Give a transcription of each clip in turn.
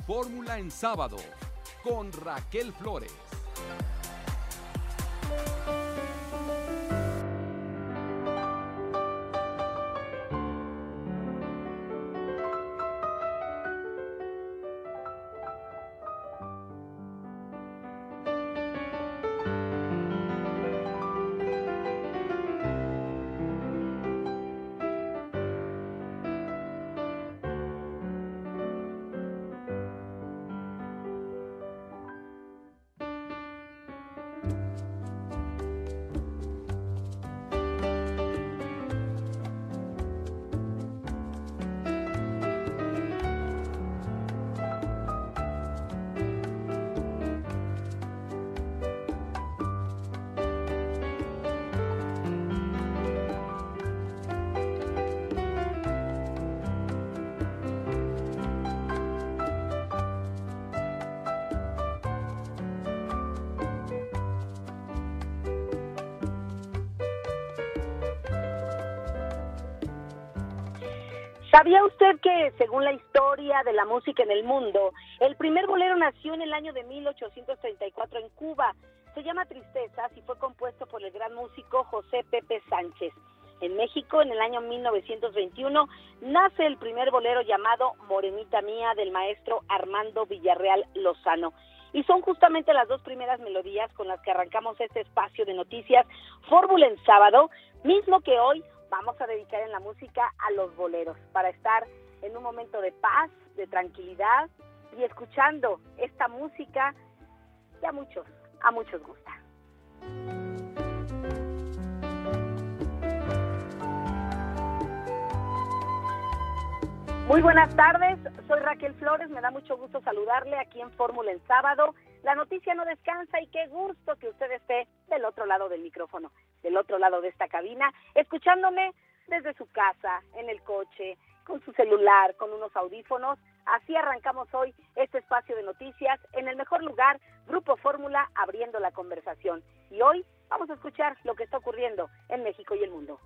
Fórmula en Sábado con Raquel Flores. ¿Sabía usted que, según la historia de la música en el mundo, el primer bolero nació en el año de 1834 en Cuba? Se llama Tristezas y fue compuesto por el gran músico José Pepe Sánchez. En México, en el año 1921, nace el primer bolero llamado Morenita Mía del maestro Armando Villarreal Lozano. Y son justamente las dos primeras melodías con las que arrancamos este espacio de noticias Fórmula en Sábado, mismo que hoy vamos a dedicar en la música a los boleros, para estar en un momento de paz, de tranquilidad y escuchando esta música que a muchos gusta. Muy buenas tardes, soy Raquel Flores, me da mucho gusto saludarle aquí en Fórmula en Sábado. La noticia no descansa y qué gusto que usted esté del otro lado del micrófono, del otro lado de esta cabina, escuchándome desde su casa, en el coche, con su celular, con unos audífonos. Así arrancamos hoy este espacio de noticias en el mejor lugar, Grupo Fórmula, abriendo la conversación. Y hoy vamos a escuchar lo que está ocurriendo en México y el mundo.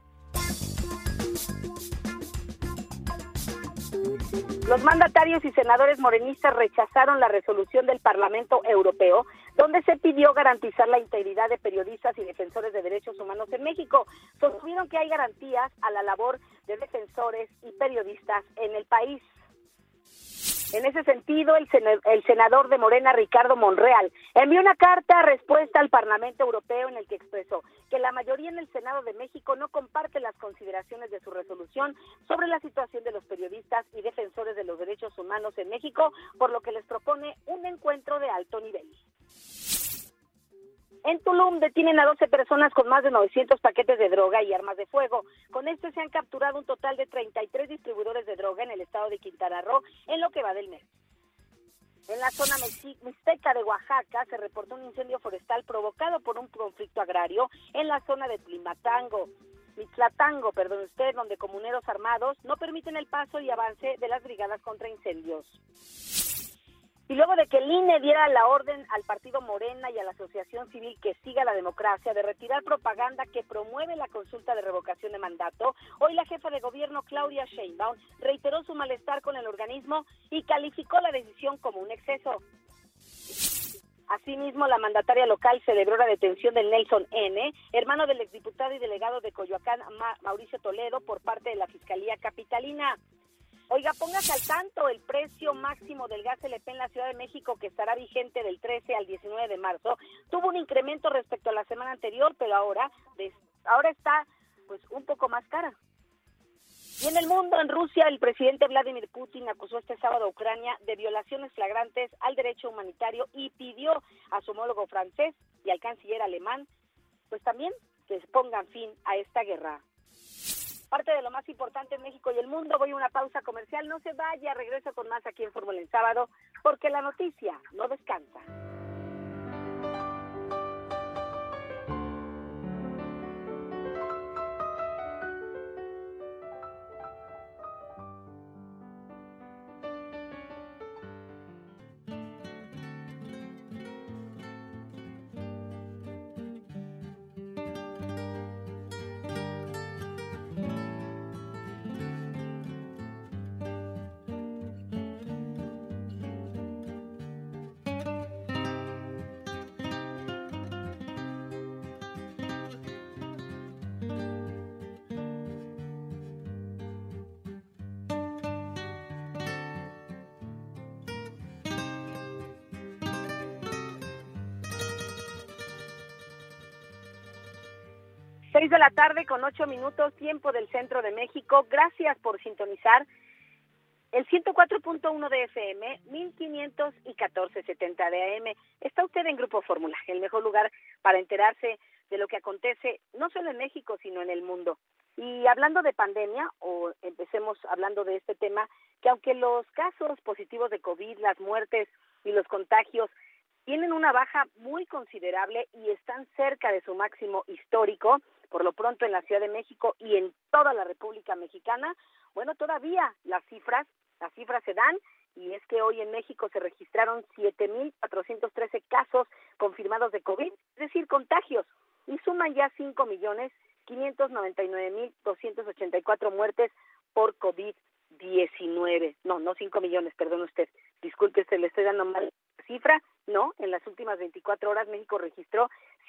Los mandatarios y senadores morenistas rechazaron la resolución del Parlamento Europeo, donde se pidió garantizar la integridad de periodistas y defensores de derechos humanos en México. Sostuvieron que hay garantías a la labor de defensores y periodistas en el país. En ese sentido, el senador de Morena, Ricardo Monreal, envió una carta respuesta al Parlamento Europeo en el que expresó que la mayoría en el Senado de México no comparte las consideraciones de su resolución sobre la situación de los periodistas y defensores de los derechos humanos en México, por lo que les propone un encuentro de alto nivel. En Tulum detienen a 12 personas con más de 900 paquetes de droga y armas de fuego. Con esto se han capturado un total de 33 distribuidores de droga en el estado de Quintana Roo en lo que va del mes. En la zona mixteca de Oaxaca se reportó un incendio forestal provocado por un conflicto agrario en la zona de Mitzlatango, donde comuneros armados no permiten el paso y avance de las brigadas contra incendios. Y luego de que el INE diera la orden al partido Morena y a la asociación civil Que Siga la Democracia de retirar propaganda que promueve la consulta de revocación de mandato, hoy la jefa de gobierno Claudia Sheinbaum reiteró su malestar con el organismo y calificó la decisión como un exceso. Asimismo, la mandataria local celebró la detención de Nelson N., hermano del exdiputado y delegado de Coyoacán, Mauricio Toledo, por parte de la Fiscalía Capitalina. Oiga, póngase al tanto, el precio máximo del gas LP en la Ciudad de México, que estará vigente del 13 al 19 de marzo, tuvo un incremento respecto a la semana anterior, pero ahora está pues un poco más cara. Y en el mundo, en Rusia, el presidente Vladimir Putin acusó este sábado a Ucrania de violaciones flagrantes al derecho humanitario y pidió a su homólogo francés y al canciller alemán, pues también que pongan fin a esta guerra. Parte de lo más importante en México y el mundo. Voy a una pausa comercial. No se vaya, regreso con más aquí en Fórmula en Sábado, porque la noticia no descansa. 6:08 tiempo del centro de México. Gracias por sintonizar el 104.1 de FM, 1500 y 1470 de AM. Está usted en Grupo Fórmula, el mejor lugar para enterarse de lo que acontece no solo en México, sino en el mundo. Y hablando de pandemia, o empecemos hablando de este tema, que aunque los casos positivos de COVID, las muertes y los contagios tienen una baja muy considerable y están cerca de su máximo histórico, por lo pronto en la Ciudad de México y en toda la República Mexicana, bueno, todavía las cifras se dan, y es que hoy en México se registraron 7,413 casos confirmados de COVID, es decir, contagios, y suman ya 5,599,284 muertes por COVID-19. No 5 millones, perdón usted, disculpe usted, le estoy dando mal cifra. No, en las últimas 24 horas México registró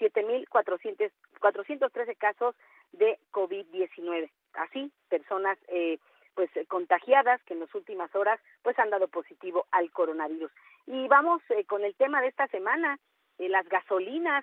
7,413 casos de COVID-19. Así, personas contagiadas que en las últimas horas pues han dado positivo al coronavirus. Y vamos con el tema de esta semana, las gasolinas.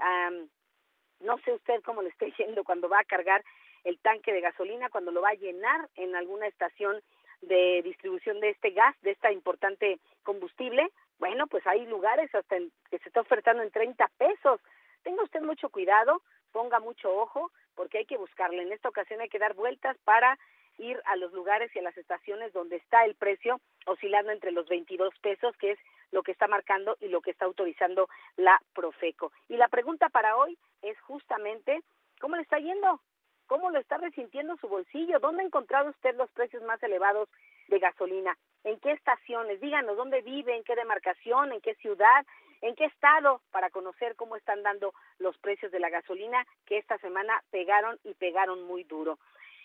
No sé usted cómo le esté yendo cuando va a cargar el tanque de gasolina, cuando lo va a llenar en alguna estación de distribución de este gas, de esta importante combustible. Bueno, pues hay lugares hasta que se está ofertando en 30 pesos. Tenga usted mucho cuidado, ponga mucho ojo, porque hay que buscarle. En esta ocasión hay que dar vueltas para ir a los lugares y a las estaciones donde está el precio oscilando entre los 22 pesos, que es lo que está marcando y lo que está autorizando la Profeco. Y la pregunta para hoy es justamente, ¿cómo le está yendo? ¿Cómo lo está resintiendo su bolsillo? ¿Dónde ha encontrado usted los precios más elevados de gasolina? ¿En qué estaciones? Díganos dónde vive, en qué demarcación, en qué ciudad, en qué estado, para conocer cómo están dando los precios de la gasolina, que esta semana pegaron muy duro.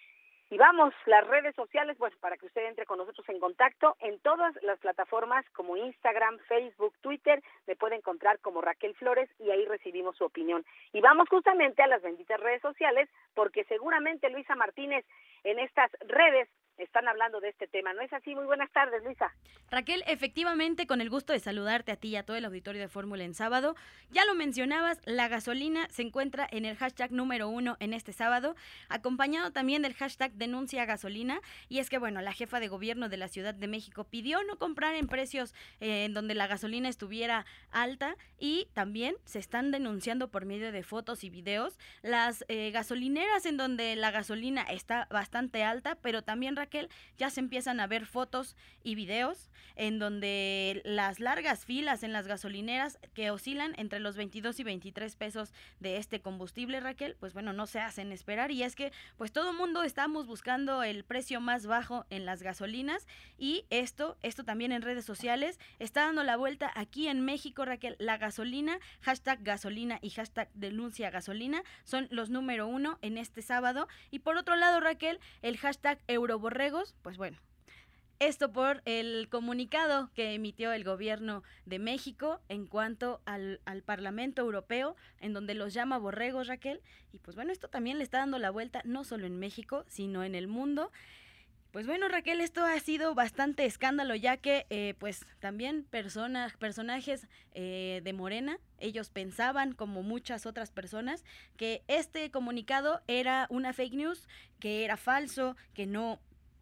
Y vamos, las redes sociales, pues para que usted entre con nosotros en contacto en todas las plataformas como Instagram, Facebook, Twitter, me puede encontrar como Raquel Flores y ahí recibimos su opinión. Y vamos justamente a las benditas redes sociales, porque seguramente Luisa Martínez en estas redes están hablando de este tema. ¿No es así? Muy buenas tardes, Luisa. Raquel, efectivamente, con el gusto de saludarte a ti y a todo el auditorio de Fórmula en sábado. Ya lo mencionabas, la gasolina se encuentra en el hashtag número 1 en este sábado, acompañado también del hashtag denuncia gasolina. Y es que, bueno, la jefa de gobierno de la Ciudad de México pidió no comprar en precios en donde la gasolina estuviera alta, y también se están denunciando por medio de fotos y videos las gasolineras en donde la gasolina está bastante alta, pero también, Raquel, ya se empiezan a ver fotos y videos en donde las largas filas en las gasolineras que oscilan entre los 22 y 23 pesos de este combustible, Raquel, pues bueno, no se hacen esperar, y es que pues todo mundo estamos buscando el precio más bajo en las gasolinas, y esto también en redes sociales está dando la vuelta aquí en México, Raquel. La gasolina, hashtag gasolina y hashtag denuncia gasolina son los número 1 en este sábado. Y por otro lado, Raquel, el hashtag euroborregos, pues bueno, esto por el comunicado que emitió el gobierno de México en cuanto al Parlamento Europeo, en donde los llama borregos, Raquel. Y pues bueno, esto también le está dando la vuelta no solo en México, sino en el mundo. Pues bueno, Raquel, esto ha sido bastante escándalo, ya que pues también personajes de Morena, ellos pensaban, como muchas otras personas, que este comunicado era una fake news, que era falso, que no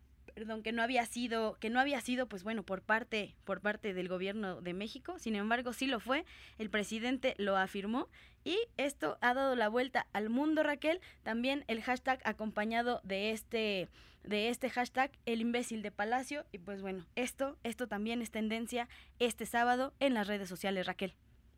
había sido, pues bueno, por parte del gobierno de México. Sin embargo, sí lo fue, el presidente lo afirmó, y esto ha dado la vuelta al mundo, Raquel. También el hashtag acompañado de este hashtag, el imbécil de Palacio. Y pues bueno, esto también es tendencia este sábado en las redes sociales, Raquel.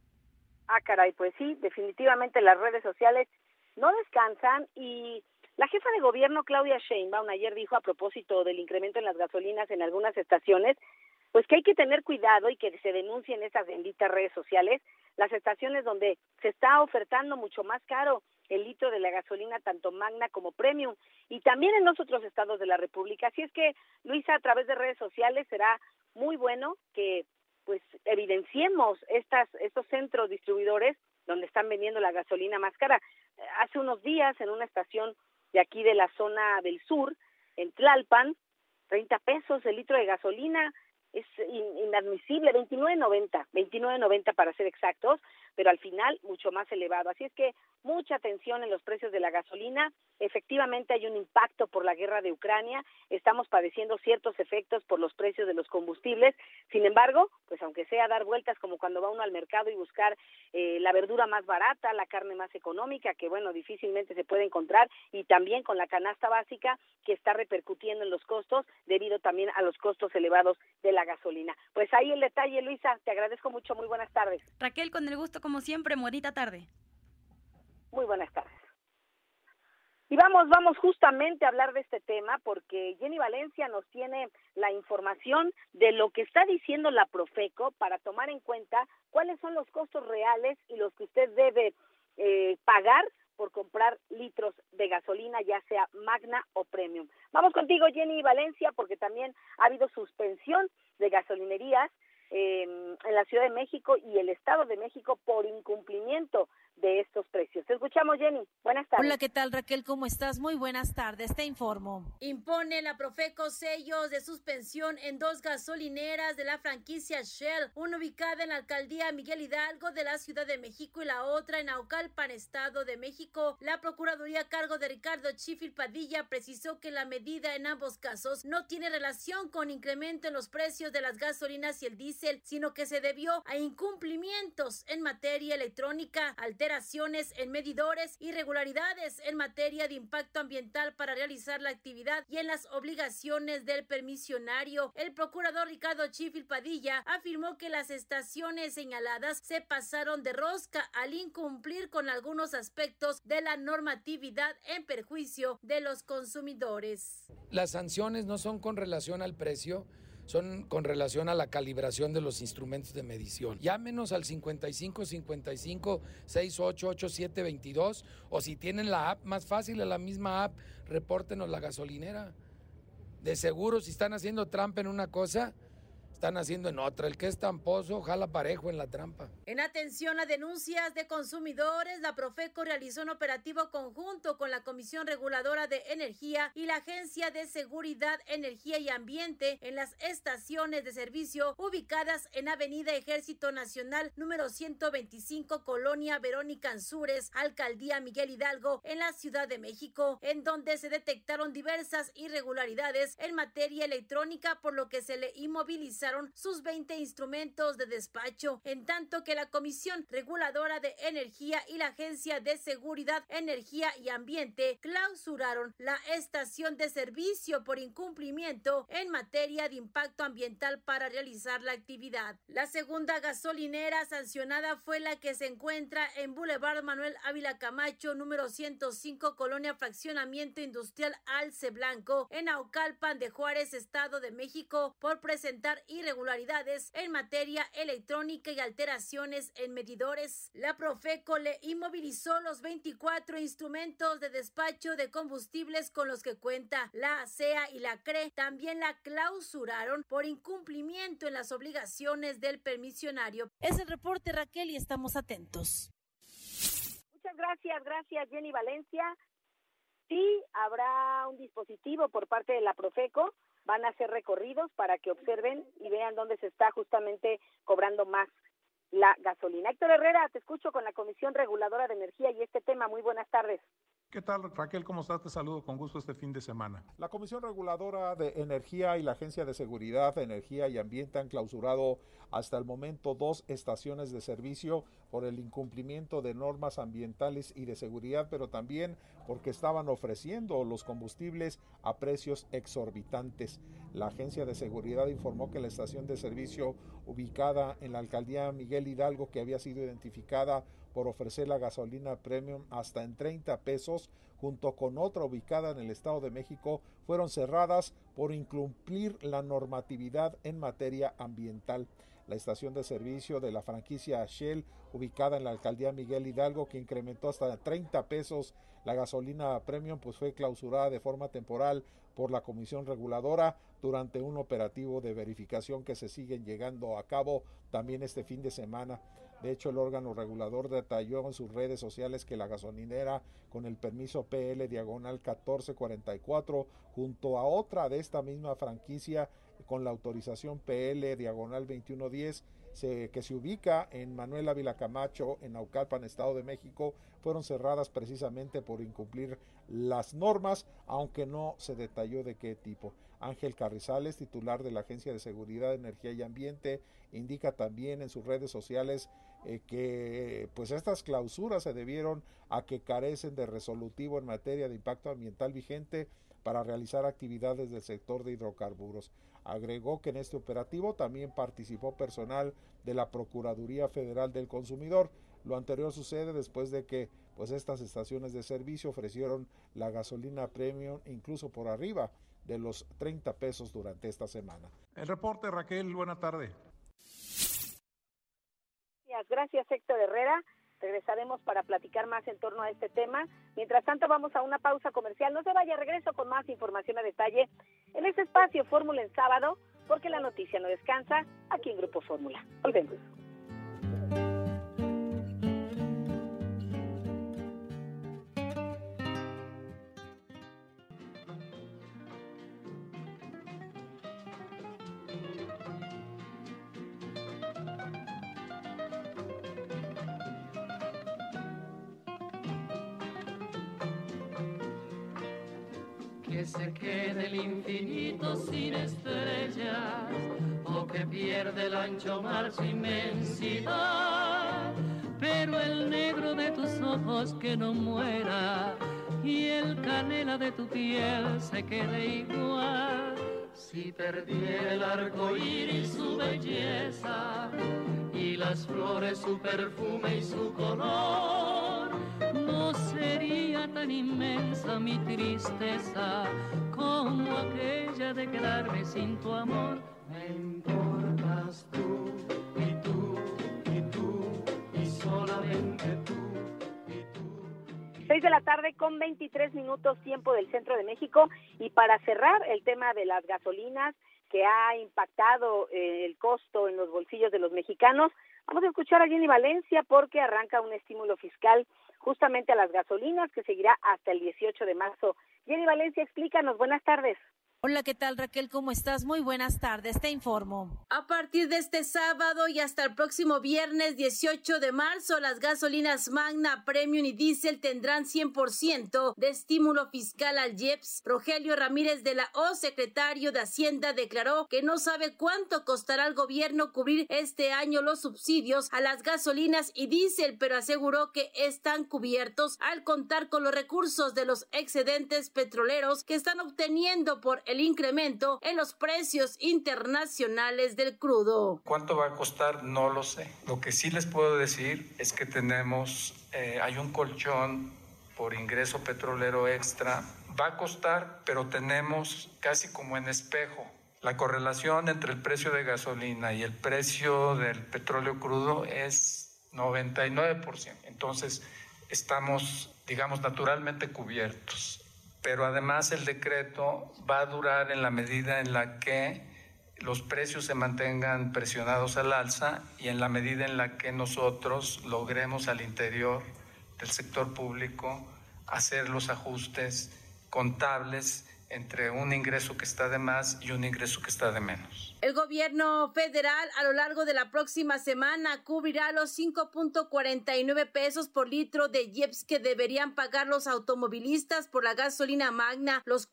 Caray, pues sí, definitivamente las redes sociales no descansan. Y la jefa de gobierno, Claudia Sheinbaum, ayer dijo a propósito del incremento en las gasolinas en algunas estaciones, pues que hay que tener cuidado y que se denuncien estas benditas redes sociales, las estaciones donde se está ofertando mucho más caro el litro de la gasolina, tanto magna como premium, y también en los otros estados de la República. Así es que, Luisa, a través de redes sociales será muy bueno que pues evidenciemos estos centros distribuidores donde están vendiendo la gasolina más cara. Hace unos días, en una estación de aquí de la zona del sur, en Tlalpan, 30 pesos el litro de gasolina. Es inadmisible, 29.90 para ser exactos, pero al final mucho más elevado. Así es que mucha atención en los precios de la gasolina. Efectivamente hay un impacto por la guerra de Ucrania, estamos padeciendo ciertos efectos por los precios de los combustibles. Sin embargo, pues aunque sea dar vueltas como cuando va uno al mercado y buscar la verdura más barata, la carne más económica, que bueno, difícilmente se puede encontrar, y también con la canasta básica que está repercutiendo en los costos debido también a los costos elevados de la gasolina. Pues ahí el detalle, Luisa, te agradezco mucho, muy buenas tardes. Raquel, con el gusto como siempre, bonita tarde. Muy buenas tardes. Y vamos justamente a hablar de este tema porque Jenny Valencia nos tiene la información de lo que está diciendo la Profeco para tomar en cuenta cuáles son los costos reales y los que usted debe pagar por comprar litros de gasolina, ya sea Magna o Premium. Vamos contigo, Jenny Valencia, porque también ha habido suspensión de gasolinerías en la Ciudad de México y el Estado de México por incumplimiento de estos precios. Te escuchamos, Jenny. Buenas tardes. Hola, ¿qué tal, Raquel? ¿Cómo estás? Muy buenas tardes, te informo. Impone la Profeco sellos de suspensión en 2 gasolineras de la franquicia Shell, una ubicada en la alcaldía Miguel Hidalgo de la Ciudad de México y la otra en Naucalpan, Estado de México. La Procuraduría a cargo de Ricardo Chifil Padilla precisó que la medida en ambos casos no tiene relación con incremento en los precios de las gasolinas y el diésel, sino que se debió a incumplimientos en materia electrónica, alteraciones en medidores, irregularidades en materia de impacto ambiental para realizar la actividad y en las obligaciones del permisionario. El procurador Ricardo Chifil Padilla afirmó que las estaciones señaladas se pasaron de rosca al incumplir con algunos aspectos de la normatividad en perjuicio de los consumidores. Las sanciones no son con relación al precio, son con relación a la calibración de los instrumentos de medición. Llámenos al 55 55 68 87 22 o si tienen la app más fácil, a la misma app, repórtenos la gasolinera. De seguro, si están haciendo trampa en una cosa, están haciendo en otra. El que es tramposo, jala parejo en la trampa. En atención a denuncias de consumidores, la Profeco realizó un operativo conjunto con la Comisión Reguladora de Energía y la Agencia de Seguridad, Energía y Ambiente en las estaciones de servicio ubicadas en Avenida Ejército Nacional número 125, Colonia Verónica Ansúrez, Alcaldía Miguel Hidalgo, en la Ciudad de México, en donde se detectaron diversas irregularidades en materia electrónica, por lo que se le inmovilizaron sus 20 instrumentos de despacho, en tanto que la Comisión Reguladora de Energía y la Agencia de Seguridad, Energía y Ambiente clausuraron la estación de servicio por incumplimiento en materia de impacto ambiental para realizar la actividad. La segunda gasolinera sancionada fue la que se encuentra en Boulevard Manuel Ávila Camacho, número 105, Colonia Fraccionamiento Industrial Alce Blanco, en Naucalpan de Juárez, Estado de México, por presentar irregularidades en materia electrónica y alteraciones en medidores. La Profeco le inmovilizó los 24 instrumentos de despacho de combustibles con los que cuenta. La ASEA y la CRE también la clausuraron por incumplimiento en las obligaciones del permisionario. Es el reporte, Raquel, y estamos atentos. Muchas gracias Jenny Valencia. Sí, habrá un dispositivo por parte de la Profeco. Van a hacer recorridos para que observen y vean dónde se está justamente cobrando más la gasolina. Héctor Herrera, te escucho con la Comisión Reguladora de Energía y este tema. Muy buenas tardes. ¿Qué tal, Raquel? ¿Cómo estás? Te saludo con gusto este fin de semana. La Comisión Reguladora de Energía y la Agencia de Seguridad, Energía y Ambiente han clausurado hasta el momento 2 estaciones de servicio por el incumplimiento de normas ambientales y de seguridad, pero también porque estaban ofreciendo los combustibles a precios exorbitantes. La Agencia de Seguridad informó que la estación de servicio ubicada en la alcaldía Miguel Hidalgo, que había sido identificada por ofrecer la gasolina premium hasta en 30 pesos, junto con otra ubicada en el Estado de México, fueron cerradas por incumplir la normatividad en materia ambiental. La estación de servicio de la franquicia Shell, ubicada en la alcaldía Miguel Hidalgo, que incrementó hasta 30 pesos la gasolina premium, pues fue clausurada de forma temporal por la Comisión Reguladora durante un operativo de verificación que se siguen llevando a cabo también este fin de semana. De hecho, el órgano regulador detalló en sus redes sociales que la gasolinera con el permiso PL/1444 junto a otra de esta misma franquicia con la autorización PL/2110 que se ubica en Manuel Ávila Camacho, en Naucalpan, Estado de México, fueron cerradas precisamente por incumplir las normas, aunque no se detalló de qué tipo. Ángel Carrizales, titular de la Agencia de Seguridad, Energía y Ambiente, indica también en sus redes sociales que pues estas clausuras se debieron a que carecen de resolutivo en materia de impacto ambiental vigente para realizar actividades del sector de hidrocarburos. Agregó que en este operativo también participó personal de la Procuraduría Federal del Consumidor. Lo anterior sucede después de que pues estas estaciones de servicio ofrecieron la gasolina premium incluso por arriba de los 30 pesos durante esta semana. El reporte, Raquel, buena tarde. Gracias, Héctor Herrera. Regresaremos para platicar más en torno a este tema. Mientras tanto, vamos a una pausa comercial. No se vaya, regreso con más información a detalle en este espacio Fórmula en Sábado, porque la noticia no descansa aquí en Grupo Fórmula. Volvemos. Que se quede el infinito sin estrellas, o que pierde el ancho mar su inmensidad, pero el negro de tus ojos que no muera, y el canela de tu piel se quede igual. Si perdiera el arco iris su belleza, y las flores su perfume y su color, no sería tan inmensa mi tristeza como aquella de quedarme sin tu amor. Me importas tú, y tú, y tú, y solamente tú, y tú. 6 de la tarde con 23 minutos, tiempo del centro de México. Y para cerrar el tema de las gasolinas que ha impactado el costo en los bolsillos de los mexicanos, vamos a escuchar a Jenny Valencia porque arranca un estímulo fiscal justamente a las gasolinas que seguirá hasta el 18 de marzo. Jenny Valencia, explícanos, buenas tardes. Hola, ¿qué tal, Raquel? ¿Cómo estás? Muy buenas tardes, te informo. A partir de este sábado y hasta el próximo viernes 18 de marzo, las gasolinas Magna, Premium y Diesel tendrán 100% de estímulo fiscal al IEPS. Rogelio Ramírez de la O, secretario de Hacienda, declaró que no sabe cuánto costará al gobierno cubrir este año los subsidios a las gasolinas y diésel, pero aseguró que están cubiertos al contar con los recursos de los excedentes petroleros que están obteniendo por el incremento en los precios internacionales del crudo. ¿Cuánto va a costar? No lo sé. Lo que sí les puedo decir es que hay un colchón por ingreso petrolero extra. Va a costar, pero tenemos casi como en espejo. La correlación entre el precio de gasolina y el precio del petróleo crudo es 99%. Entonces, estamos, digamos, naturalmente cubiertos. Pero además el decreto va a durar en la medida en la que los precios se mantengan presionados al alza y en la medida en la que nosotros logremos al interior del sector público hacer los ajustes contables entre un ingreso que está de más y un ingreso que está de menos. El gobierno federal a lo largo de la próxima semana cubrirá los 5.49 pesos por litro de IEPS que deberían pagar los automovilistas por la gasolina Magna, los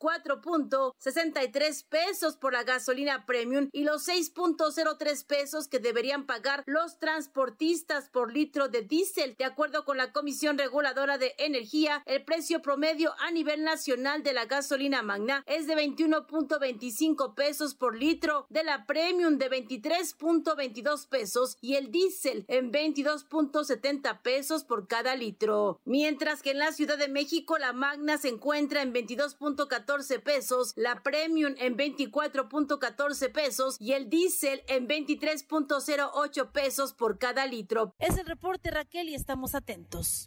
4.63 pesos por la gasolina Premium y los 6.03 pesos que deberían pagar los transportistas por litro de diésel. De acuerdo con la Comisión Reguladora de Energía, el precio promedio a nivel nacional de la gasolina Magna es de 21.25 pesos por litro, de la Premium de 23.22 pesos y el diésel en 22.70 pesos por cada litro. Mientras que en la Ciudad de México la Magna se encuentra en 22.14 pesos, la Premium en 24.14 pesos y el diésel en 23.08 pesos por cada litro. Es el reporte, Raquel, y estamos atentos.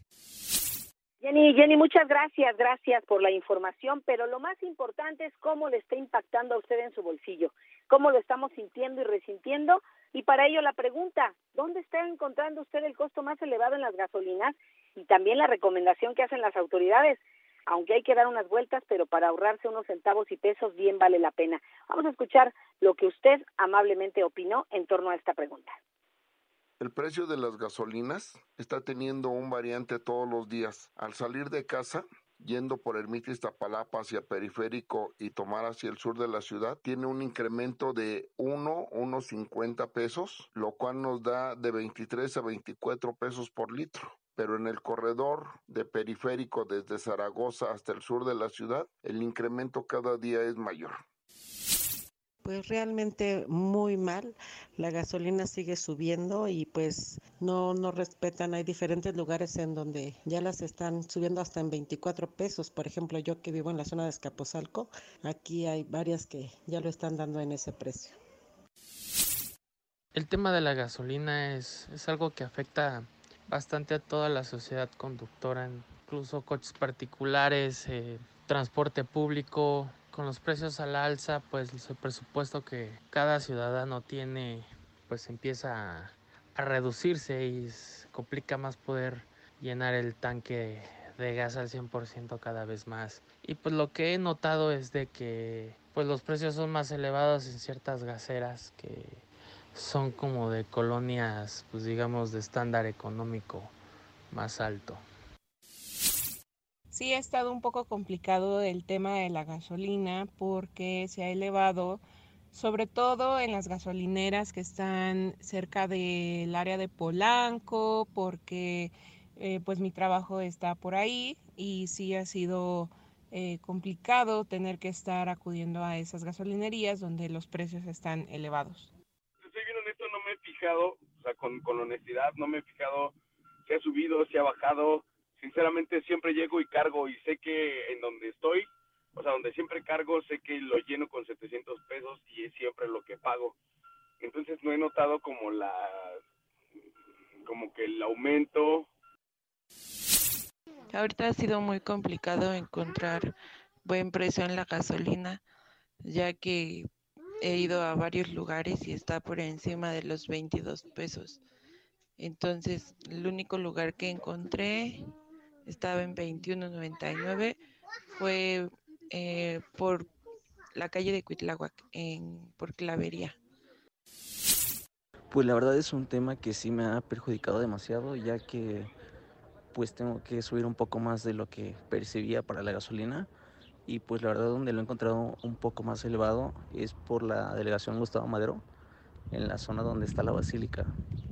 Jenny, muchas gracias por la información, pero lo más importante es cómo le está impactando a usted en su bolsillo, cómo lo estamos sintiendo y resintiendo, y para ello la pregunta, ¿dónde está encontrando usted el costo más elevado en las gasolinas? Y también la recomendación que hacen las autoridades, aunque hay que dar unas vueltas, pero para ahorrarse unos centavos y pesos bien vale la pena. Vamos a escuchar lo que usted amablemente opinó en torno a esta pregunta. El precio de las gasolinas está teniendo un variante todos los días. Al salir de casa, yendo por Ermita Iztapalapa hacia Periférico y tomar hacia el sur de la ciudad, tiene un incremento de 1.50 pesos, lo cual nos da de 23 a 24 pesos por litro. Pero en el corredor de Periférico desde Zaragoza hasta el sur de la ciudad, el incremento cada día es mayor. Pues realmente muy mal, la gasolina sigue subiendo y pues no respetan. Hay diferentes lugares en donde ya las están subiendo hasta en 24 pesos. Por ejemplo, yo que vivo en la zona de Azcapotzalco, aquí hay varias que ya lo están dando en ese precio. El tema de la gasolina es algo que afecta bastante a toda la sociedad conductora, incluso coches particulares, transporte público. Con los precios al alza, pues el presupuesto que cada ciudadano tiene, pues empieza a reducirse y se complica más poder llenar el tanque de gas al 100% cada vez más. Y pues lo que he notado es de que pues los precios son más elevados en ciertas gaseras que son como de colonias, pues digamos, de estándar económico más alto. Sí ha estado un poco complicado el tema de la gasolina porque se ha elevado, sobre todo en las gasolineras que están cerca del área de Polanco, porque pues mi trabajo está por ahí y sí ha sido complicado tener que estar acudiendo a esas gasolinerías donde los precios están elevados. Soy bien honesto, no me he fijado, o sea, con honestidad, no me he fijado si ha subido, si ha bajado. Sinceramente siempre llego y cargo y sé que en donde estoy, o sea, donde siempre cargo, sé que lo lleno con 700 pesos y es siempre lo que pago. Entonces no he notado como que el aumento. Ahorita ha sido muy complicado encontrar buen precio en la gasolina, ya que he ido a varios lugares y está por encima de los 22 pesos. Entonces, el único lugar que encontré estaba en 21.99, fue por la calle de Cuitláhuac, por Clavería. Pues la verdad es un tema que sí me ha perjudicado demasiado, ya que pues tengo que subir un poco más de lo que percibía para la gasolina, y pues la verdad donde lo he encontrado un poco más elevado es por la delegación Gustavo Madero, en la zona donde está la basílica.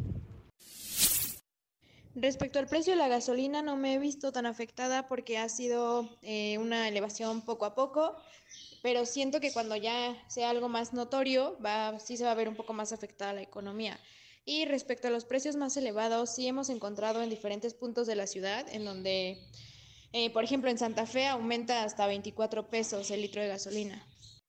Respecto al precio de la gasolina, no me he visto tan afectada porque ha sido una elevación poco a poco, pero siento que cuando ya sea algo más notorio, sí se va a ver un poco más afectada la economía. Y respecto a los precios más elevados, sí hemos encontrado en diferentes puntos de la ciudad, en donde, por ejemplo, en Santa Fe aumenta hasta 24 pesos el litro de gasolina.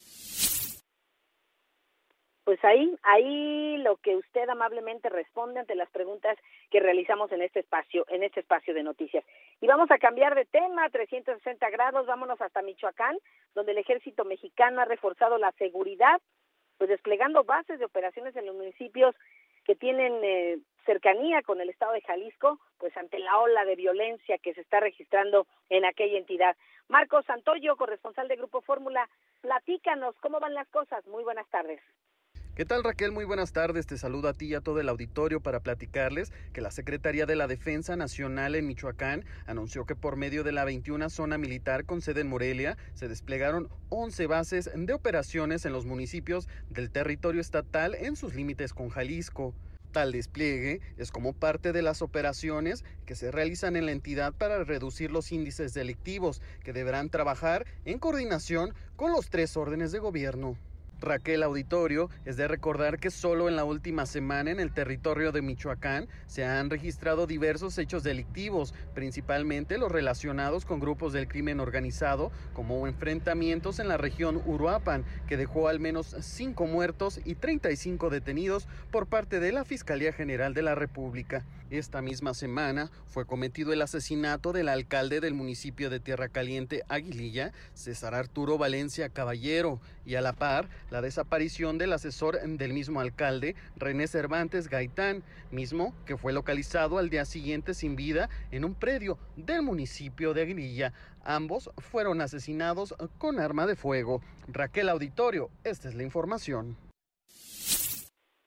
Pues ahí lo que usted amablemente responde ante las preguntas que realizamos en este espacio de noticias. Y vamos a cambiar de tema, 360 grados, vámonos hasta Michoacán, donde el ejército mexicano ha reforzado la seguridad, pues desplegando bases de operaciones en los municipios que tienen cercanía con el estado de Jalisco, pues ante la ola de violencia que se está registrando en aquella entidad. Marcos Santoyo, corresponsal de Grupo Fórmula, platícanos cómo van las cosas. Muy buenas tardes. ¿Qué tal, Raquel? Muy buenas tardes. Te saludo a ti y a todo el auditorio para platicarles que la Secretaría de la Defensa Nacional en Michoacán anunció que por medio de la 21 Zona Militar con sede en Morelia se desplegaron 11 bases de operaciones en los municipios del territorio estatal en sus límites con Jalisco. Tal despliegue es como parte de las operaciones que se realizan en la entidad para reducir los índices delictivos, que deberán trabajar en coordinación con los 3 órdenes de gobierno. Raquel, auditorio, es de recordar que solo en la última semana en el territorio de Michoacán se han registrado diversos hechos delictivos, principalmente los relacionados con grupos del crimen organizado, como enfrentamientos en la región Uruapan, que dejó al menos 5 muertos y 35 detenidos por parte de la Fiscalía General de la República. Esta misma semana fue cometido el asesinato del alcalde del municipio de Tierra Caliente, Aguililla, César Arturo Valencia Caballero, y a la par, la desaparición del asesor del mismo alcalde, René Cervantes Gaitán, mismo que fue localizado al día siguiente sin vida en un predio del municipio de Aguililla. Ambos fueron asesinados con arma de fuego. Raquel, auditorio, esta es la información.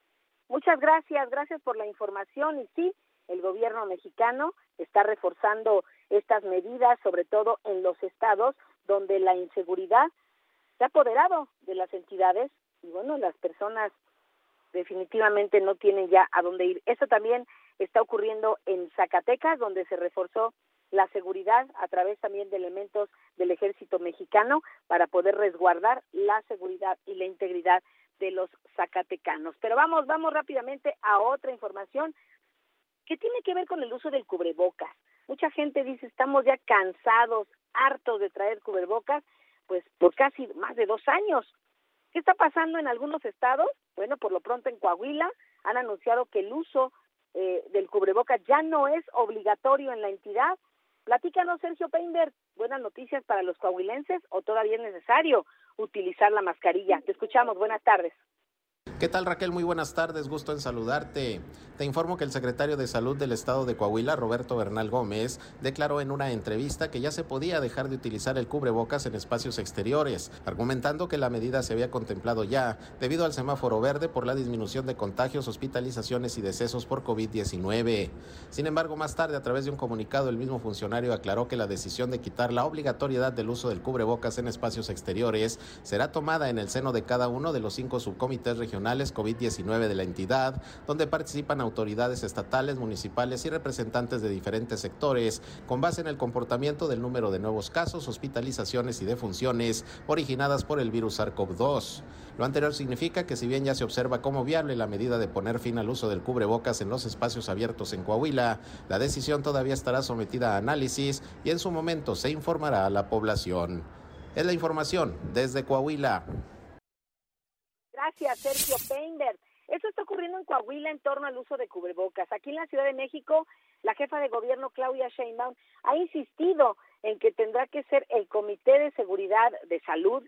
Muchas gracias por la información. Y sí, el gobierno mexicano está reforzando estas medidas, sobre todo en los estados donde la inseguridad se ha apoderado de las entidades y bueno, las personas definitivamente no tienen ya a dónde ir. Eso también está ocurriendo en Zacatecas, donde se reforzó la seguridad a través también de elementos del ejército mexicano para poder resguardar la seguridad y la integridad de los zacatecanos. Pero vamos rápidamente a otra información que tiene que ver con el uso del cubrebocas. Mucha gente dice, estamos ya cansados, hartos de traer cubrebocas, pues por casi más de 2 años. ¿Qué está pasando en algunos estados? Bueno, por lo pronto en Coahuila han anunciado que el uso del cubrebocas ya no es obligatorio en la entidad. Platícanos, Sergio Painberg, ¿buenas noticias para los coahuilenses o todavía es necesario utilizar la mascarilla? Te escuchamos, buenas tardes. ¿Qué tal, Raquel? Muy buenas tardes, gusto en saludarte. Te informo que el secretario de Salud del Estado de Coahuila, Roberto Bernal Gómez, declaró en una entrevista que ya se podía dejar de utilizar el cubrebocas en espacios exteriores, argumentando que la medida se había contemplado ya debido al semáforo verde por la disminución de contagios, hospitalizaciones y decesos por COVID-19. Sin embargo, más tarde, a través de un comunicado, el mismo funcionario aclaró que la decisión de quitar la obligatoriedad del uso del cubrebocas en espacios exteriores será tomada en el seno de cada uno de los 5 subcomités regionales COVID-19 de la entidad, donde participan autoridades estatales, municipales y representantes de diferentes sectores, con base en el comportamiento del número de nuevos casos, hospitalizaciones y defunciones originadas por el virus SARS-CoV-2. Lo anterior significa que si bien ya se observa como viable la medida de poner fin al uso del cubrebocas en los espacios abiertos en Coahuila, la decisión todavía estará sometida a análisis y en su momento se informará a la población. Es la información desde Coahuila. Gracias, Sergio Painberg. Eso está ocurriendo en Coahuila en torno al uso de cubrebocas. Aquí en la Ciudad de México, la jefa de gobierno, Claudia Sheinbaum, ha insistido en que tendrá que ser el Comité de Seguridad de Salud,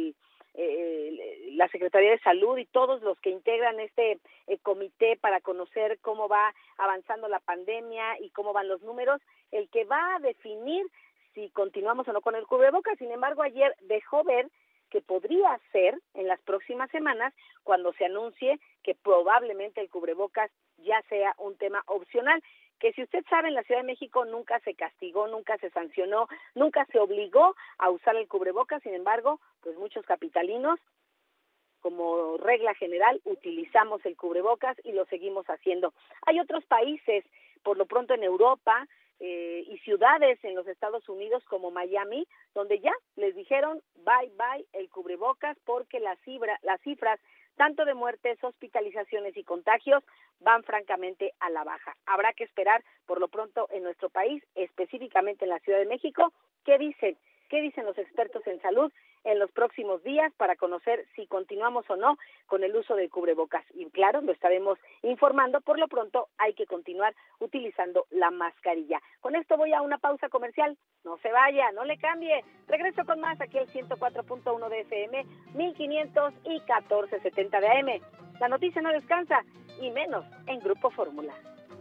la Secretaría de Salud y todos los que integran este comité para conocer cómo va avanzando la pandemia y cómo van los números, el que va a definir si continuamos o no con el cubrebocas. Sin embargo, ayer dejó ver que podría ser en las próximas semanas cuando se anuncie que probablemente el cubrebocas ya sea un tema opcional, que si usted sabe en la Ciudad de México nunca se castigó, nunca se sancionó, nunca se obligó a usar el cubrebocas. Sin embargo, pues muchos capitalinos, como regla general, utilizamos el cubrebocas y lo seguimos haciendo. Hay otros países, por lo pronto en Europa, y ciudades en los Estados Unidos como Miami, donde ya les dijeron bye el cubrebocas porque las cifras tanto de muertes, hospitalizaciones y contagios van francamente a la baja. Habrá que esperar por lo pronto en nuestro país, específicamente en la Ciudad de México, qué dicen los expertos en salud en los próximos días para conocer si continuamos o no con el uso del cubrebocas. Y claro, lo estaremos informando. Por lo pronto hay que continuar utilizando la mascarilla. Con esto voy a una pausa comercial. No se vaya, no le cambie. Regreso con más aquí el 104.1 de FM, 1500 y 1470 de AM. La noticia no descansa, y menos en Grupo Fórmula.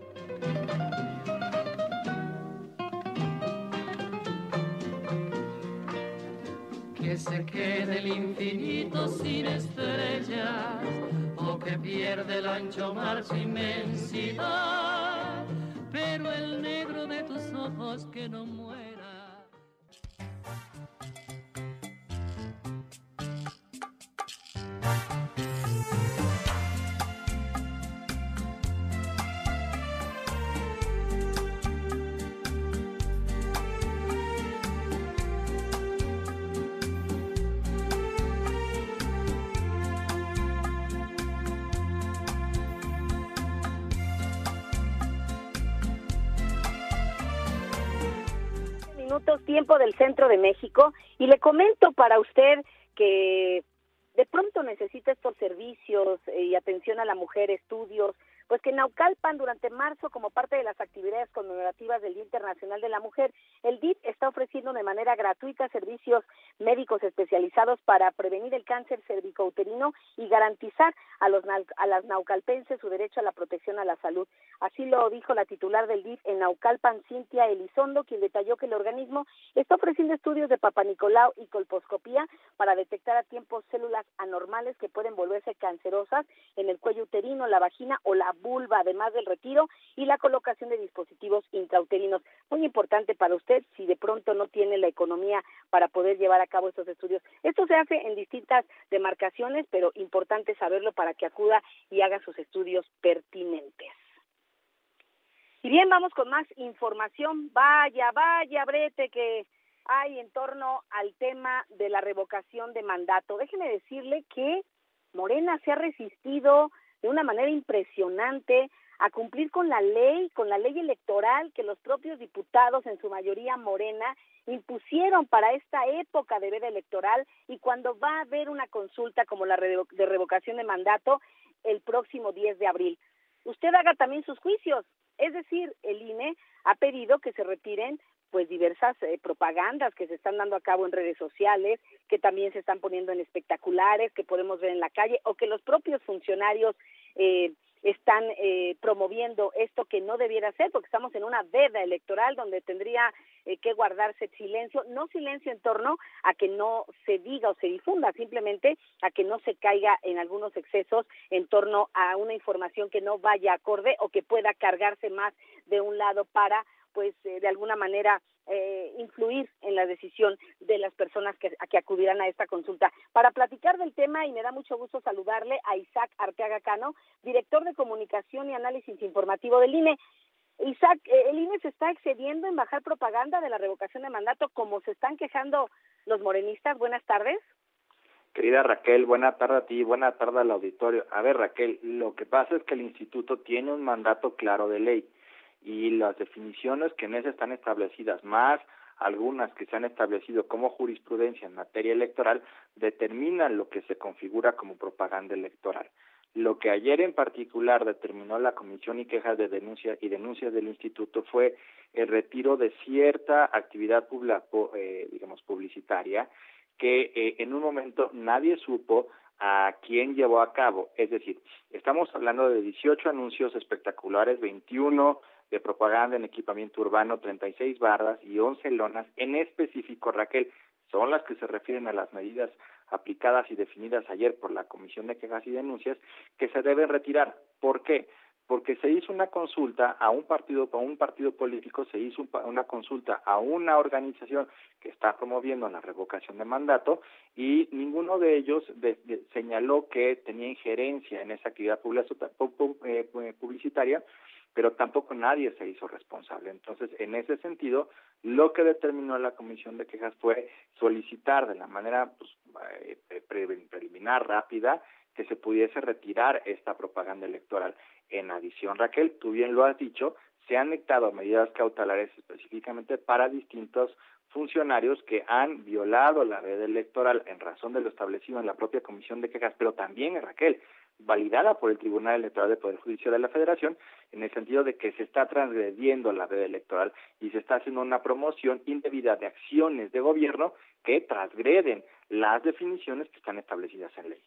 Que se quede el infinito sin estrellas, o que pierde el ancho mar su inmensidad, pero el negro de tus ojos que no muera. Tiempo del centro de México, y le comento para usted que de pronto necesita estos servicios y atención a la mujer, estudios, pues que en Naucalpan durante marzo, como parte de las actividades conmemorativas del Día Internacional de la Mujer, el DIF está ofreciendo de manera gratuita servicios médicos especializados para prevenir el cáncer cervicouterino y garantizar a las naucalpenses su derecho a la protección a la salud. Así lo dijo la titular del DIF en Naucalpan, Cintia Elizondo, quien detalló que el organismo está ofreciendo estudios de Papa Nicolau y colposcopía para detectar a tiempo células anormales que pueden volverse cancerosas en el cuello uterino, la vagina o la vulva, además del retiro y la colocación de dispositivos intrauterinos. Muy importante para usted si de pronto no tiene la economía para poder llevar a cabo estos estudios. Esto se hace en distintas demarcaciones, pero importante saberlo para que acuda y haga sus estudios pertinentes. Y bien, vamos con más información. Vaya brete que hay en torno al tema de la revocación de mandato. Déjeme decirle que Morena se ha resistido de una manera impresionante a cumplir con la ley electoral que los propios diputados, en su mayoría Morena, impusieron para esta época de veda electoral y cuando va a haber una consulta como la de revocación de mandato el próximo 10 de abril. Usted haga también sus juicios, es decir, el INE ha pedido que se retiren pues diversas propagandas que se están dando a cabo en redes sociales, que también se están poniendo en espectaculares, que podemos ver en la calle, o que los propios funcionarios están promoviendo esto que no debiera ser, porque estamos en una veda electoral donde tendría que guardarse silencio, no silencio en torno a que no se diga o se difunda, simplemente a que no se caiga en algunos excesos en torno a una información que no vaya acorde o que pueda cargarse más de un lado para pues de alguna manera influir en la decisión de las personas que acudirán a esta consulta. Para platicar del tema, y me da mucho gusto saludarle a Isaac Arteaga Cano, director de Comunicación y Análisis Informativo del INE. Isaac, ¿el INE se está excediendo en bajar propaganda de la revocación de mandato como se están quejando los morenistas? Buenas tardes. Querida Raquel, buena tarde a ti, buena tarde al auditorio. A ver, Raquel, lo que pasa es que el instituto tiene un mandato claro de ley y las definiciones que en ese están establecidas, más algunas que se han establecido como jurisprudencia en materia electoral, determinan lo que se configura como propaganda electoral. Lo que ayer en particular determinó la Comisión y Quejas de Denuncias del Instituto fue el retiro de cierta actividad publicitaria que en un momento nadie supo a quién llevó a cabo. Es decir, estamos hablando de 18 anuncios espectaculares, 21 de propaganda en equipamiento urbano, 36 barras y 11 lonas. En específico, Raquel, son las que se refieren a las medidas aplicadas y definidas ayer por la Comisión de Quejas y Denuncias que se deben retirar. ¿Por qué? Porque se hizo una consulta a un partido político, se hizo una consulta a una organización que está promoviendo la revocación de mandato y ninguno de ellos señaló que tenía injerencia en esa actividad publicitaria, pero tampoco nadie se hizo responsable. Entonces, en ese sentido, lo que determinó la Comisión de Quejas fue solicitar de la manera preliminar, rápida, que se pudiese retirar esta propaganda electoral. En adición, Raquel, tú bien lo has dicho, se han dictado medidas cautelares específicamente para distintos funcionarios que han violado la veda electoral en razón de lo establecido en la propia Comisión de Quejas, pero también, Raquel, validada por el Tribunal Electoral del Poder Judicial de la Federación, en el sentido de que se está transgrediendo la veda electoral y se está haciendo una promoción indebida de acciones de gobierno que transgreden las definiciones que están establecidas en ley.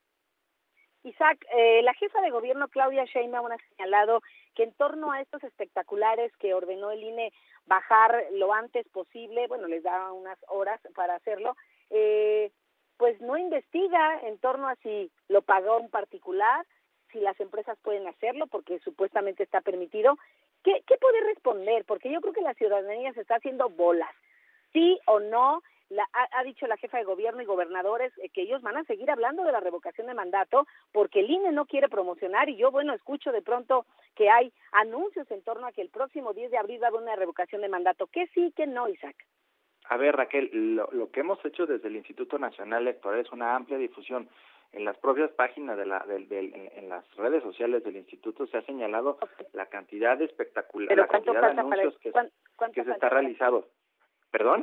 Isaac, la jefa de gobierno Claudia Sheinbaum ha señalado que en torno a estos espectaculares que ordenó el INE bajar lo antes posible, bueno, les da unas horas para hacerlo, pues no investiga en torno a si lo pagó un particular, si las empresas pueden hacerlo, porque supuestamente está permitido. ¿Qué puede responder? Porque yo creo que la ciudadanía se está haciendo bolas. ¿Sí o no? Ha dicho la jefa de gobierno y gobernadores que ellos van a seguir hablando de la revocación de mandato porque el INE no quiere promocionar y yo, escucho de pronto que hay anuncios en torno a que el próximo 10 de abril va a haber una revocación de mandato. ¿Qué sí, qué no, Isaac? A ver, Raquel, lo que hemos hecho desde el Instituto Nacional Electoral es una amplia difusión. En las propias páginas en las redes sociales del Instituto se ha señalado la cantidad de espectaculares, la cantidad de anuncios que se está realizando. ¿Perdón?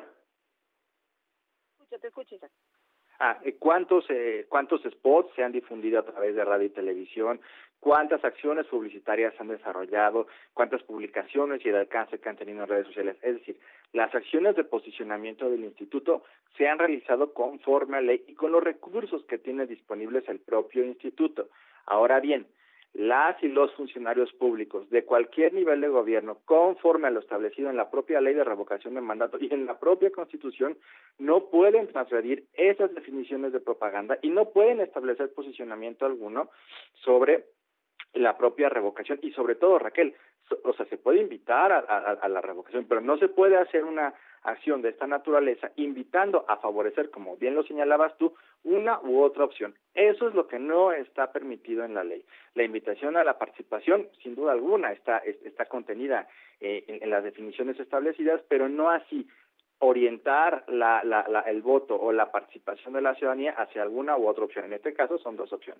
Te escucho, Isaac. ¿Cuántos spots se han difundido a través de radio y televisión? ¿Cuántas acciones publicitarias se han desarrollado? ¿Cuántas publicaciones y el alcance que han tenido en redes sociales? Es decir, las acciones de posicionamiento del instituto se han realizado conforme a ley y con los recursos que tiene disponibles el propio instituto. Ahora bien, las y los funcionarios públicos de cualquier nivel de gobierno, conforme a lo establecido en la propia ley de revocación de mandato y en la propia Constitución, no pueden transgredir esas definiciones de propaganda y no pueden establecer posicionamiento alguno sobre la propia revocación y sobre todo, Raquel, o sea, se puede invitar a la revocación, pero no se puede hacer una acción de esta naturaleza invitando a favorecer, como bien lo señalabas tú, una u otra opción. Eso es lo que no está permitido en la ley. La invitación a la participación, sin duda alguna, está contenida en las definiciones establecidas, pero no así orientar el voto o la participación de la ciudadanía hacia alguna u otra opción. En este caso son dos opciones.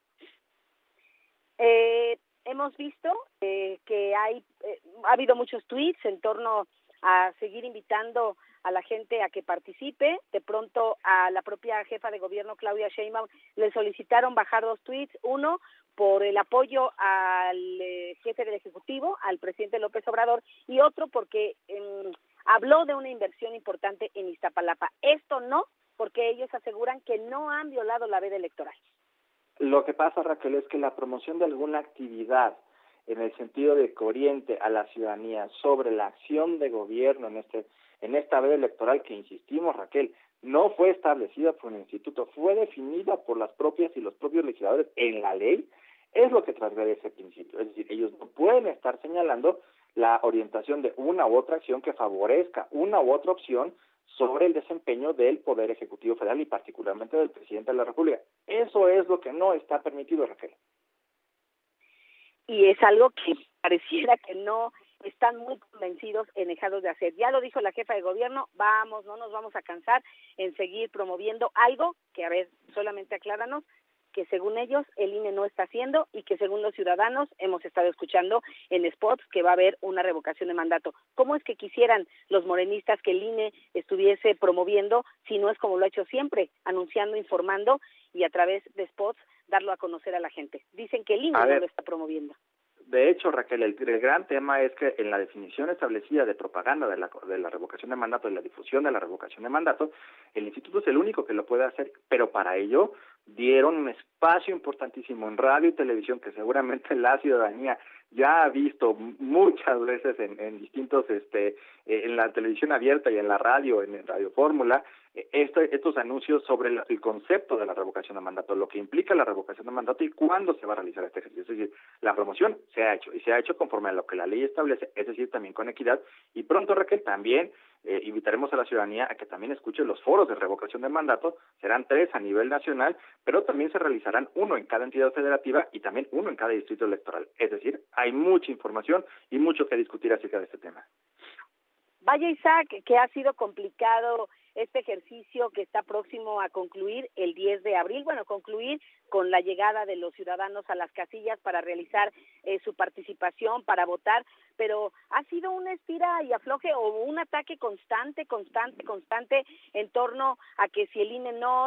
Hemos visto que ha habido muchos tweets en torno a seguir invitando a la gente a que participe. De pronto a la propia jefa de gobierno, Claudia Sheinbaum, le solicitaron bajar 2 tweets, uno por el apoyo al jefe del Ejecutivo, al presidente López Obrador, y otro porque habló de una inversión importante en Iztapalapa. Esto no, porque ellos aseguran que no han violado la veda electoral. Lo que pasa, Raquel, es que la promoción de alguna actividad en el sentido de que oriente a la ciudadanía sobre la acción de gobierno en esta veda electoral, que insistimos, Raquel, no fue establecida por un instituto, fue definida por las propias y los propios legisladores en la ley, es lo que transgrede ese principio. Es decir, ellos no pueden estar señalando la orientación de una u otra acción que favorezca una u otra opción sobre el desempeño del Poder Ejecutivo Federal y particularmente del Presidente de la República. Eso es lo que no está permitido, Raquel. Y es algo que pareciera que no están muy convencidos en dejarlos de hacer. Ya lo dijo la jefa de gobierno, no nos vamos a cansar en seguir promoviendo algo que, a ver, solamente acláranos, que según ellos el INE no está haciendo y que según los ciudadanos hemos estado escuchando en spots que va a haber una revocación de mandato. ¿Cómo es que quisieran los morenistas que el INE estuviese promoviendo si no es como lo ha hecho siempre, anunciando, informando y a través de spots darlo a conocer a la gente? Dicen que el INE no lo está promoviendo. De hecho, Raquel, el gran tema es que en la definición establecida de propaganda de la revocación de mandato, de la difusión de la revocación de mandato, el instituto es el único que lo puede hacer, pero para ello dieron un espacio importantísimo en radio y televisión que seguramente la ciudadanía ya ha visto muchas veces en distintos, en la televisión abierta y en la radio, en Radio Fórmula, estos anuncios sobre el concepto de la revocación de mandato, lo que implica la revocación de mandato y cuándo se va a realizar este ejercicio. Es decir, la promoción se ha hecho y se ha hecho conforme a lo que la ley establece, es decir, también con equidad. Y pronto, Raquel, también invitaremos a la ciudadanía a que también escuche los foros de revocación de mandato. Serán 3 a nivel nacional, pero también se realizarán 1 en cada entidad federativa y también 1 en cada distrito electoral. Es decir, hay mucha información y mucho que discutir acerca de este tema. Vaya, Isaac, que ha sido complicado este ejercicio que está próximo a concluir el 10 de abril, concluir con la llegada de los ciudadanos a las casillas para realizar su participación, para votar, pero ha sido una estira y afloje o un ataque constante en torno a que si el INE no,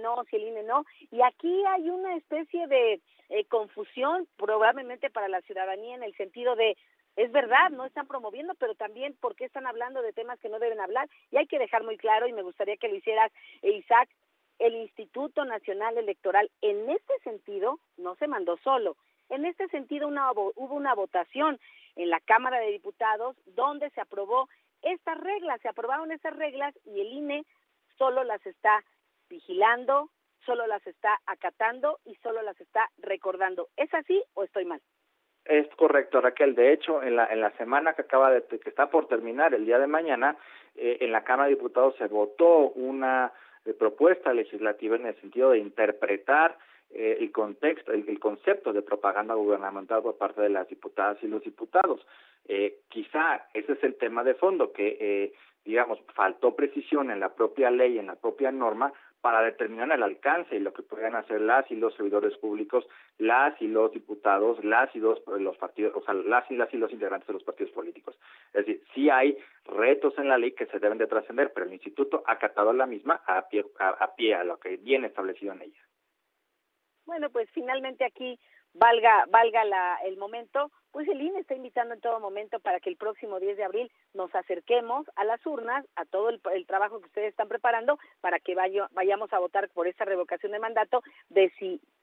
y aquí hay una especie de confusión probablemente para la ciudadanía en el sentido de es verdad, no están promoviendo, pero también ¿por qué están hablando de temas que no deben hablar? Y hay que dejar muy claro, y me gustaría que lo hicieras, Isaac, el Instituto Nacional Electoral en este sentido no se mandó solo. En este sentido hubo una votación en la Cámara de Diputados donde se aprobó estas reglas, se aprobaron estas reglas y el INE solo las está vigilando, solo las está acatando y solo las está recordando. ¿Es así o estoy mal? Es correcto, Raquel. De hecho, en la semana que que está por terminar el día de mañana, en la Cámara de Diputados se votó una propuesta legislativa en el sentido de interpretar el concepto de propaganda gubernamental por parte de las diputadas y los diputados. Quizá ese es el tema de fondo, que faltó precisión en la propia ley, en la propia norma, para determinar el alcance y lo que puedan hacer las y los servidores públicos, las y los diputados, las y los partidos, o sea, las y los integrantes de los partidos políticos. Es decir, sí hay retos en la ley que se deben de trascender, pero el instituto ha acatado la misma a pie a lo que viene establecido en ella. Bueno, pues finalmente aquí valga el momento, pues el INE está invitando en todo momento para que el próximo 10 de abril nos acerquemos a las urnas, a todo el trabajo que ustedes están preparando para que vayamos a votar por esta revocación de mandato, de si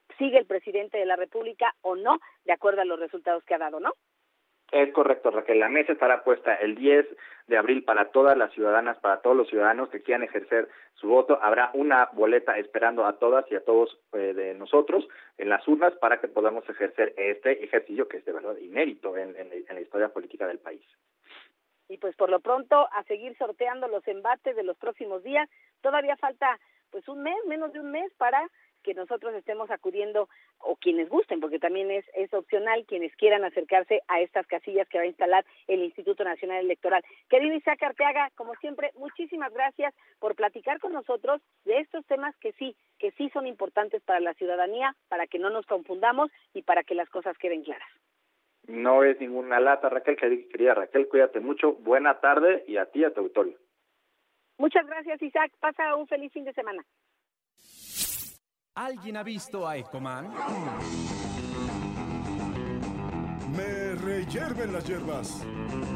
sigue el presidente de la República o no, de acuerdo a los resultados que ha dado, ¿no? Es correcto, Raquel. La mesa estará puesta el 10 de abril para todas las ciudadanas, para todos los ciudadanos que quieran ejercer su voto. Habrá una boleta esperando a todas y a todos de nosotros en las urnas para que podamos ejercer este ejercicio que es de verdad inédito en la historia política del país. Y pues por lo pronto a seguir sorteando los embates de los próximos días. Todavía falta pues un mes, menos de un mes para que nosotros estemos acudiendo, o quienes gusten, porque también es opcional, quienes quieran acercarse a estas casillas que va a instalar el Instituto Nacional Electoral. Querido Isaac Arteaga, como siempre, muchísimas gracias por platicar con nosotros de estos temas que sí son importantes para la ciudadanía, para que no nos confundamos y para que las cosas queden claras. No es ninguna lata, Raquel, querida Raquel, cuídate mucho, buena tarde y a ti, a tu auditorio. Muchas gracias, Isaac, pasa un feliz fin de semana. ¿Alguien ha visto a Ecoman? Me rehierven las hierbas.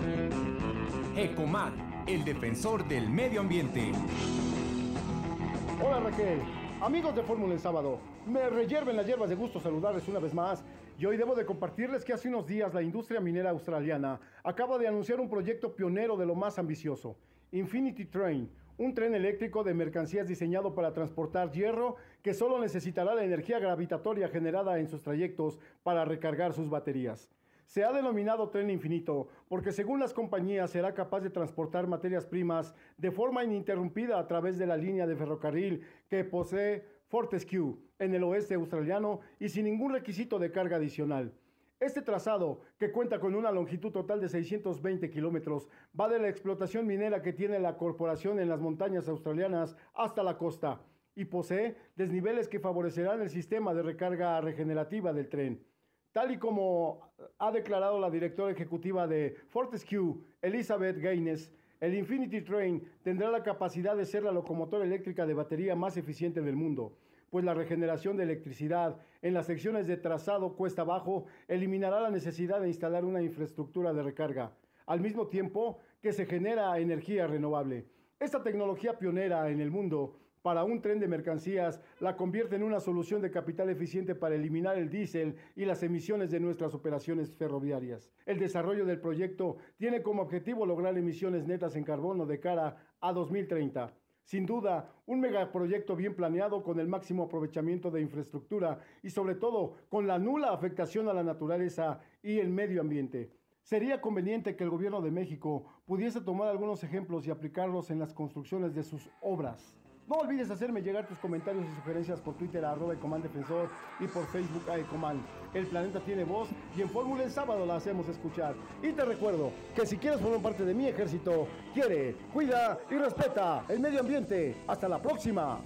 Ecoman, el defensor del medio ambiente. Hola Raquel, amigos de Fórmula en Sábado. Me rehierven las hierbas, de gusto saludarles una vez más. Y hoy debo de compartirles que hace unos días la industria minera australiana acaba de anunciar un proyecto pionero de lo más ambicioso, Infinity Train, un tren eléctrico de mercancías diseñado para transportar hierro que solo necesitará la energía gravitatoria generada en sus trayectos para recargar sus baterías. Se ha denominado tren infinito porque según las compañías será capaz de transportar materias primas de forma ininterrumpida a través de la línea de ferrocarril que posee Fortescue en el oeste australiano y sin ningún requisito de carga adicional. Este trazado, que cuenta con una longitud total de 620 kilómetros, va de la explotación minera que tiene la corporación en las montañas australianas hasta la costa y posee desniveles que favorecerán el sistema de recarga regenerativa del tren. Tal y como ha declarado la directora ejecutiva de Fortescue, Elizabeth Gaines, el Infinity Train tendrá la capacidad de ser la locomotora eléctrica de batería más eficiente del mundo, pues la regeneración de electricidad en las secciones de trazado cuesta abajo eliminará la necesidad de instalar una infraestructura de recarga, al mismo tiempo que se genera energía renovable. Esta tecnología pionera en el mundo para un tren de mercancías la convierte en una solución de capital eficiente para eliminar el diésel y las emisiones de nuestras operaciones ferroviarias. El desarrollo del proyecto tiene como objetivo lograr emisiones netas en carbono de cara a 2030. Sin duda, un megaproyecto bien planeado con el máximo aprovechamiento de infraestructura y sobre todo con la nula afectación a la naturaleza y el medio ambiente. Sería conveniente que el gobierno de México pudiese tomar algunos ejemplos y aplicarlos en las construcciones de sus obras. No olvides hacerme llegar tus comentarios y sugerencias por Twitter a @EcomanDefensor y por Facebook a Ecoman. El planeta tiene voz y en Fórmula en Sábado la hacemos escuchar. Y te recuerdo que si quieres formar parte de mi ejército, quiere, cuida y respeta el medio ambiente. ¡Hasta la próxima!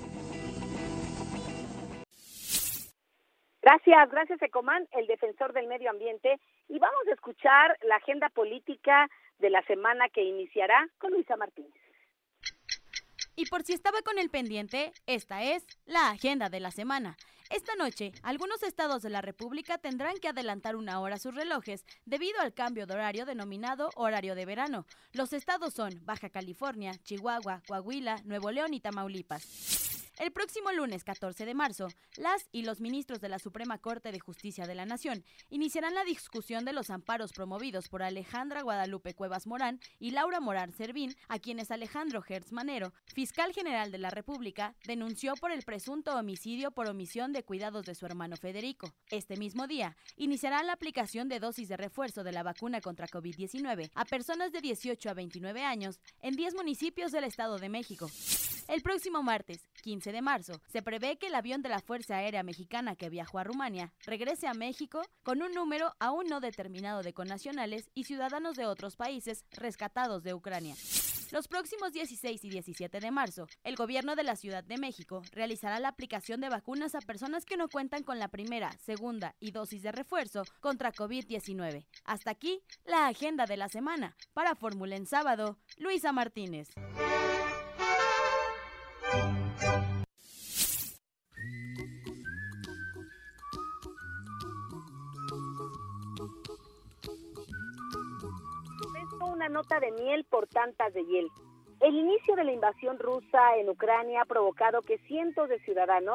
Gracias Ecoman, el defensor del medio ambiente. Y vamos a escuchar la agenda política de la semana que iniciará con Luisa Martínez. Y por si estaba con el pendiente, esta es la agenda de la semana. Esta noche, algunos estados de la República tendrán que adelantar una hora sus relojes debido al cambio de horario denominado horario de verano. Los estados son Baja California, Chihuahua, Coahuila, Nuevo León y Tamaulipas. El próximo lunes 14 de marzo, las y los ministros de la Suprema Corte de Justicia de la Nación iniciarán la discusión de los amparos promovidos por Alejandra Guadalupe Cuevas Morán y Laura Morán Servín, a quienes Alejandro Gertz Manero, fiscal general de la República, denunció por el presunto homicidio por omisión de cuidados de su hermano Federico. Este mismo día, iniciará la aplicación de dosis de refuerzo de la vacuna contra COVID-19 a personas de 18 a 29 años en 10 municipios del Estado de México. El próximo martes, 15 de marzo, se prevé que el avión de la Fuerza Aérea Mexicana que viajó a Rumania regrese a México con un número aún no determinado de connacionales y ciudadanos de otros países rescatados de Ucrania. Los próximos 16 y 17 de marzo, el gobierno de la Ciudad de México realizará la aplicación de vacunas a personas que no cuentan con la primera, segunda y dosis de refuerzo contra COVID-19. Hasta aquí, la agenda de la semana. Para Fórmula en Sábado, Luisa Martínez. Una nota de miel por tantas de hiel. El inicio de la invasión rusa en Ucrania ha provocado que cientos de ciudadanos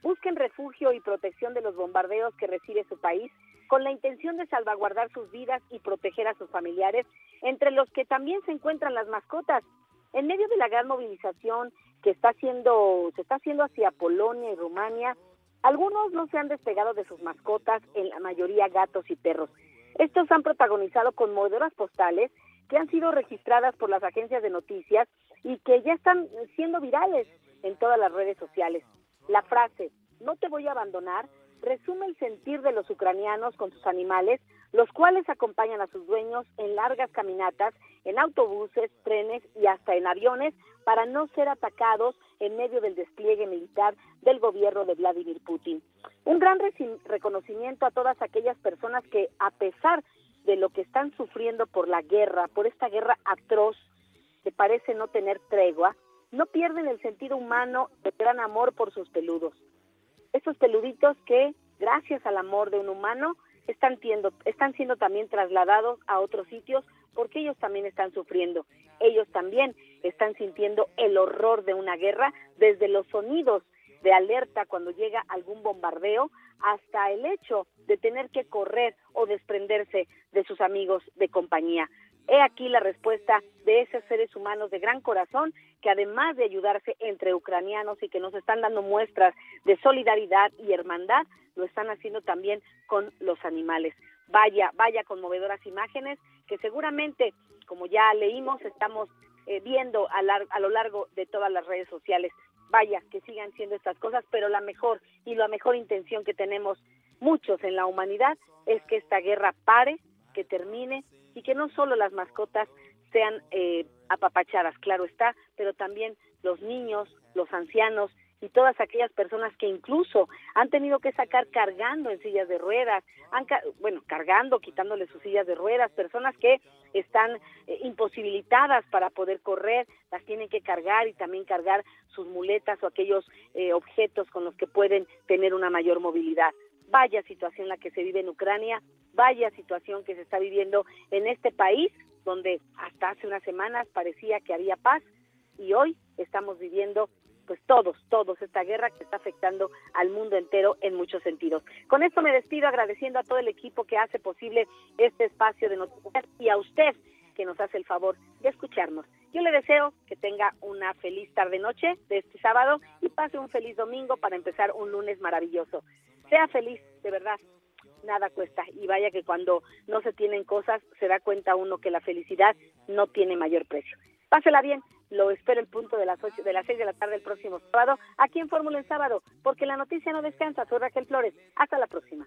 busquen refugio y protección de los bombardeos que recibe su país, con la intención de salvaguardar sus vidas y proteger a sus familiares, entre los que también se encuentran las mascotas. En medio de la gran movilización que se está haciendo hacia Polonia y Rumania, algunos no se han despegado de sus mascotas, en la mayoría gatos y perros. Estos han protagonizado conmovedoras postales que han sido registradas por las agencias de noticias y que ya están siendo virales en todas las redes sociales. La frase, "no te voy a abandonar", resume el sentir de los ucranianos con sus animales, los cuales acompañan a sus dueños en largas caminatas, en autobuses, trenes y hasta en aviones para no ser atacados en medio del despliegue militar del gobierno de Vladimir Putin. Un gran reconocimiento a todas aquellas personas que, a pesar de lo que están sufriendo por la guerra, por esta guerra atroz que parece no tener tregua, no pierden el sentido humano de gran amor por sus peludos. Estos peluditos que, gracias al amor de un humano, están siendo también trasladados a otros sitios porque ellos también están sufriendo. Ellos también están sintiendo el horror de una guerra, desde los sonidos de alerta cuando llega algún bombardeo hasta el hecho de tener que correr o desprenderse de sus amigos de compañía. He aquí la respuesta de esos seres humanos de gran corazón que, además de ayudarse entre ucranianos y que nos están dando muestras de solidaridad y hermandad, lo están haciendo también con los animales. Vaya conmovedoras imágenes que seguramente, como ya leímos, estamos viendo a lo largo de todas las redes sociales. Vaya, que sigan siendo estas cosas, pero la mejor intención que tenemos muchos en la humanidad es que esta guerra pare, que termine y que no solo las mascotas sean apapachadas, claro está, pero también los niños, los ancianos y todas aquellas personas que incluso han tenido que sacar cargando en sillas de ruedas, cargando, quitándole sus sillas de ruedas, personas que están imposibilitadas para poder correr, las tienen que cargar y también cargar sus muletas o aquellos objetos con los que pueden tener una mayor movilidad. Vaya situación la que se vive en Ucrania, vaya situación que se está viviendo en este país, donde hasta hace unas semanas parecía que había paz y hoy estamos viviendo pues todos esta guerra que está afectando al mundo entero en muchos sentidos. Con esto me despido agradeciendo a todo el equipo que hace posible este espacio de noticias y a usted que nos hace el favor de escucharnos. Yo le deseo que tenga una feliz tarde-noche de este sábado y pase un feliz domingo para empezar un lunes maravilloso. Sea feliz, de verdad, nada cuesta. Y vaya que cuando no se tienen cosas, se da cuenta uno que la felicidad no tiene mayor precio. Pásela bien, lo espero el punto de las 6 de la tarde el próximo sábado, aquí en Fórmula en Sábado, porque la noticia no descansa. Soy Raquel Flores. Hasta la próxima.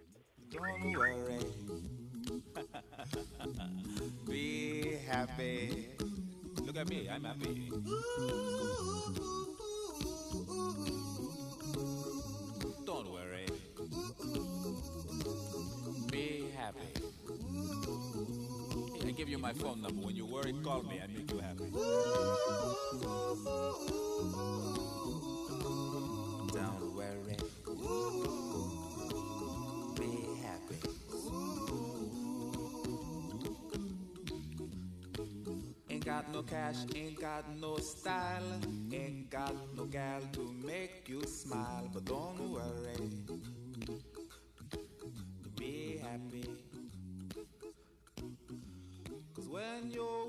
Be happy. Look at me, I'm happy. Don't worry. Be happy. I give you my phone number. When you worry, call me. I make you happy. Don't worry. Be happy. Ain't got no cash, ain't got no style, ain't got no gal to make you smile, but don't worry. Be happy. 'Cause when you're